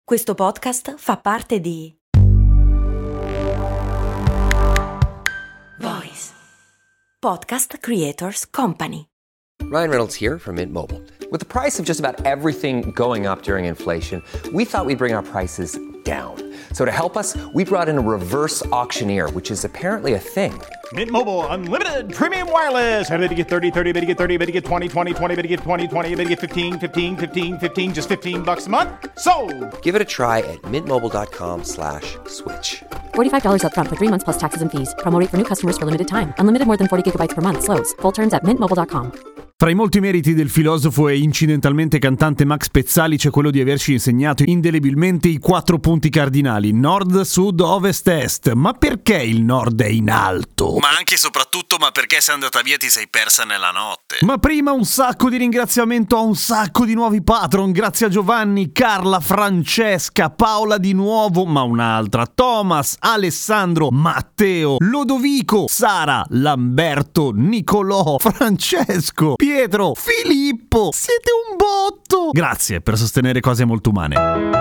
Questo podcast fa parte di Voice Podcast Creators Company. Ryan Reynolds here from Mint Mobile. With the price of just about everything going up during inflation, we thought we'd bring our prices down. So to help us, we brought in a reverse auctioneer, which is apparently a thing. Mint Mobile Unlimited Premium Wireless. How to get 30, 30, how to get 30, how to get 20, 20, 20, how to get 20, 20, how to get 15, 15, 15, 15, just $15 a month? Sold! Give it a try at mintmobile.com/switch. $45 up front for 3 months plus taxes and fees. Promo rate for new customers for limited time. Unlimited more than 40 gigabytes per month. Slows full terms at mintmobile.com. Fra i molti meriti del filosofo e incidentalmente cantante Max Pezzali c'è quello di averci insegnato indelebilmente i 4 punti cardinali: nord, sud, ovest, est. Ma perché il nord è in alto? Ma anche e soprattutto, ma perché sei andata via e ti sei persa nella notte? Ma prima un sacco di ringraziamento a un sacco di nuovi patron. Grazie a Giovanni, Carla, Francesca, Paola di nuovo, ma un'altra, Thomas, Alessandro, Matteo, Lodovico, Sara, Lamberto, Nicolò, Francesco, Pietro, Filippo. Siete un botto! Grazie per sostenere cose molto umane.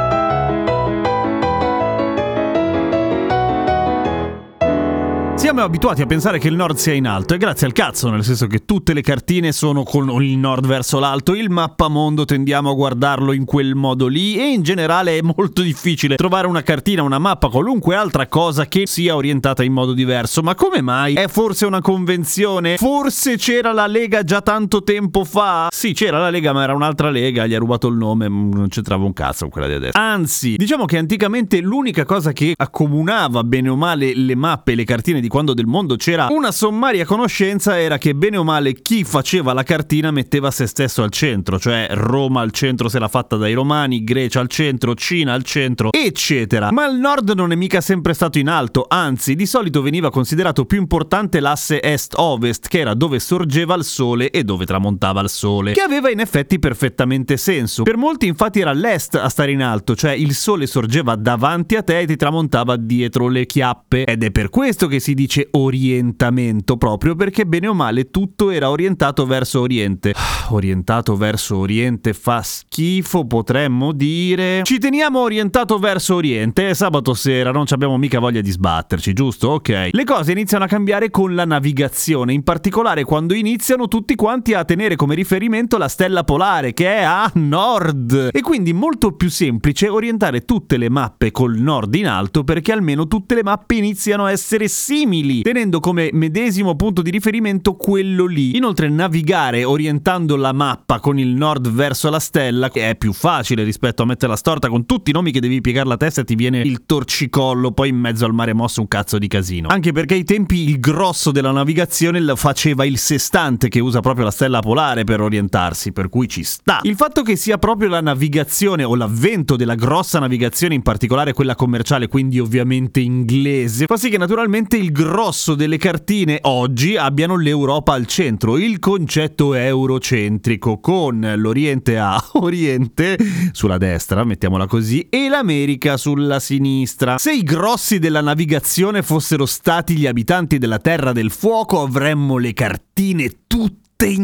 Siamo abituati a pensare che il nord sia in alto, e grazie al cazzo, nel senso che tutte le cartine sono con il nord verso l'alto, il mappamondo tendiamo a guardarlo in quel modo lì, e in generale è molto difficile trovare una cartina, una mappa, qualunque altra cosa che sia orientata in modo diverso. Ma come mai? È forse una convenzione? Forse c'era la Lega già tanto tempo fa? Sì, c'era la Lega, ma era un'altra Lega, gli ha rubato il nome, non c'entrava un cazzo con quella di adesso. Anzi, diciamo che anticamente l'unica cosa che accomunava bene o male le mappe e le cartine di quando del mondo c'era una sommaria conoscenza era che bene o male chi faceva la cartina metteva se stesso al centro, cioè Roma al centro se l'ha fatta dai romani, Grecia al centro, Cina al centro, eccetera. Ma il nord non è mica sempre stato in alto, anzi di solito veniva considerato più importante l'asse est-ovest, che era dove sorgeva il sole e dove tramontava il sole, che aveva in effetti perfettamente senso. Per molti infatti era l'est a stare in alto, cioè il sole sorgeva davanti a te e ti tramontava dietro le chiappe, ed è per questo che si dice orientamento, proprio perché bene o male tutto era orientato verso oriente. Orientato verso oriente fa schifo, potremmo dire. Ci teniamo orientato verso oriente, è sabato sera, non abbiamo mica voglia di sbatterci, giusto? Ok. Le cose iniziano a cambiare con la navigazione, in particolare quando iniziano tutti quanti a tenere come riferimento la stella polare, che è a nord, e quindi molto più semplice orientare tutte le mappe col nord in alto, perché almeno tutte le mappe iniziano a essere simili, tenendo come medesimo punto di riferimento quello lì. Inoltre navigare orientando la mappa con il nord verso la stella è più facile rispetto a metterla storta con tutti i nomi che devi piegare la testa e ti viene il torcicollo poi in mezzo al mare mosso, un cazzo di casino. Anche perché ai tempi il grosso della navigazione lo faceva il sestante, che usa proprio la stella polare per orientarsi, per cui ci sta. Il fatto che sia proprio la navigazione o l'avvento della grossa navigazione, in particolare quella commerciale, quindi ovviamente inglese, fa sì che naturalmente il grosso delle cartine oggi abbiano l'Europa al centro, il concetto eurocentrico, con l'Oriente a oriente sulla destra, mettiamola così, e l'America sulla sinistra. Se i grossi della navigazione fossero stati gli abitanti della Terra del Fuoco, avremmo le cartine tutte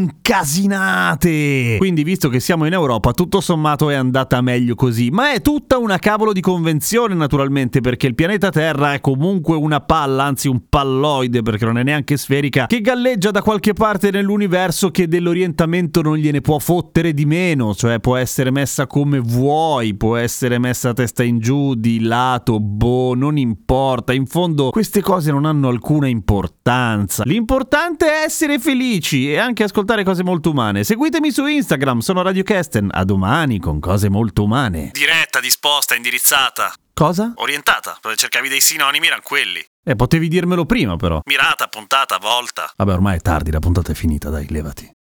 incasinate. Quindi, visto che siamo in Europa, tutto sommato è andata meglio così, ma è tutta una cavolo di convenzione, naturalmente, perché il pianeta Terra è comunque una palla, anzi un palloide, perché non è neanche sferica, che galleggia da qualche parte nell'universo, che dell'orientamento non gliene può fottere di meno, cioè può essere messa come vuoi, può essere messa a testa in giù, di lato, non importa, in fondo queste cose non hanno alcuna importanza. L'importante è essere felici e anche ascoltare cose molto umane. Seguitemi su Instagram, sono Radio Kesten. A domani con cose molto umane. Diretta, disposta, indirizzata. Cosa? Orientata, dove cercavi dei sinonimi erano quelli. Potevi dirmelo prima però. Mirata, puntata, volta. Vabbè, ormai è tardi, la puntata è finita, dai, levati.